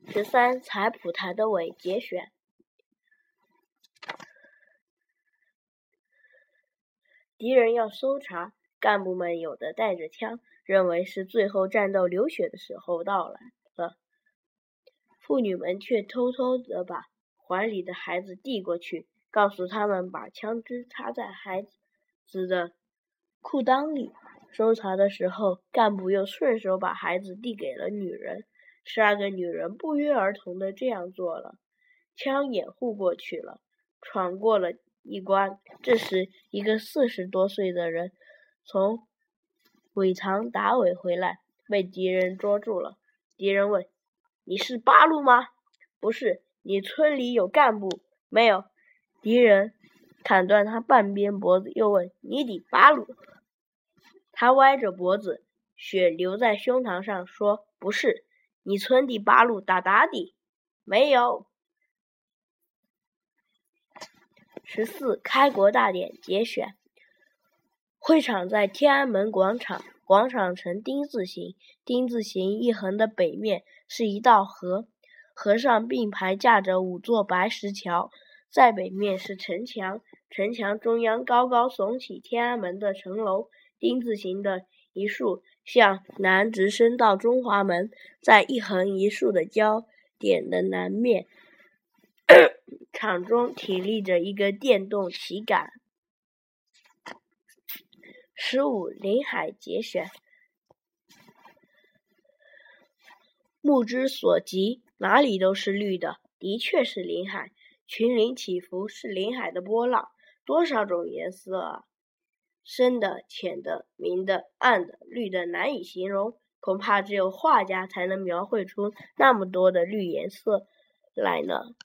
13采蒲台的尾节选。敌人要搜查，干部们有的带着枪，认为是最后战斗流血的时候到来了。妇女们却偷偷地把怀里的孩子递过去，告诉他们把枪支插在孩子的裤裆里。搜查的时候，干部又顺手把孩子递给了女人。12个女人不约而同地这样做了。枪掩护过去了，闯过了一关。这时，一个40多岁的人从尾藏打尾回来，被敌人捉住了。敌人问：“你是八路吗？”“不是。”“你村里有干部？”“没有。”敌人砍断他半边脖子，又问：“你抵八路？”他歪着脖子，血流在胸膛上，说：“不是。”“你村第八路打的？”“没有。”14开国大典节选。会场在天安门广场，广场呈丁字形，丁字形一横的北面是一道河，河上并排架着5座白石桥，在北面是城墙，城墙中央高高耸起天安门的城楼，丁字形的一竖向南直伸到中华门，在一横一竖的交点的南面，场中挺立着一个电动旗杆。15临海节选。目之所及，哪里都是绿的，的确是临海。群林起伏，是临海的波浪，多少种颜色啊！深的、浅的、明的、暗的、绿的难以形容，恐怕只有画家才能描绘出那么多的绿颜色来呢。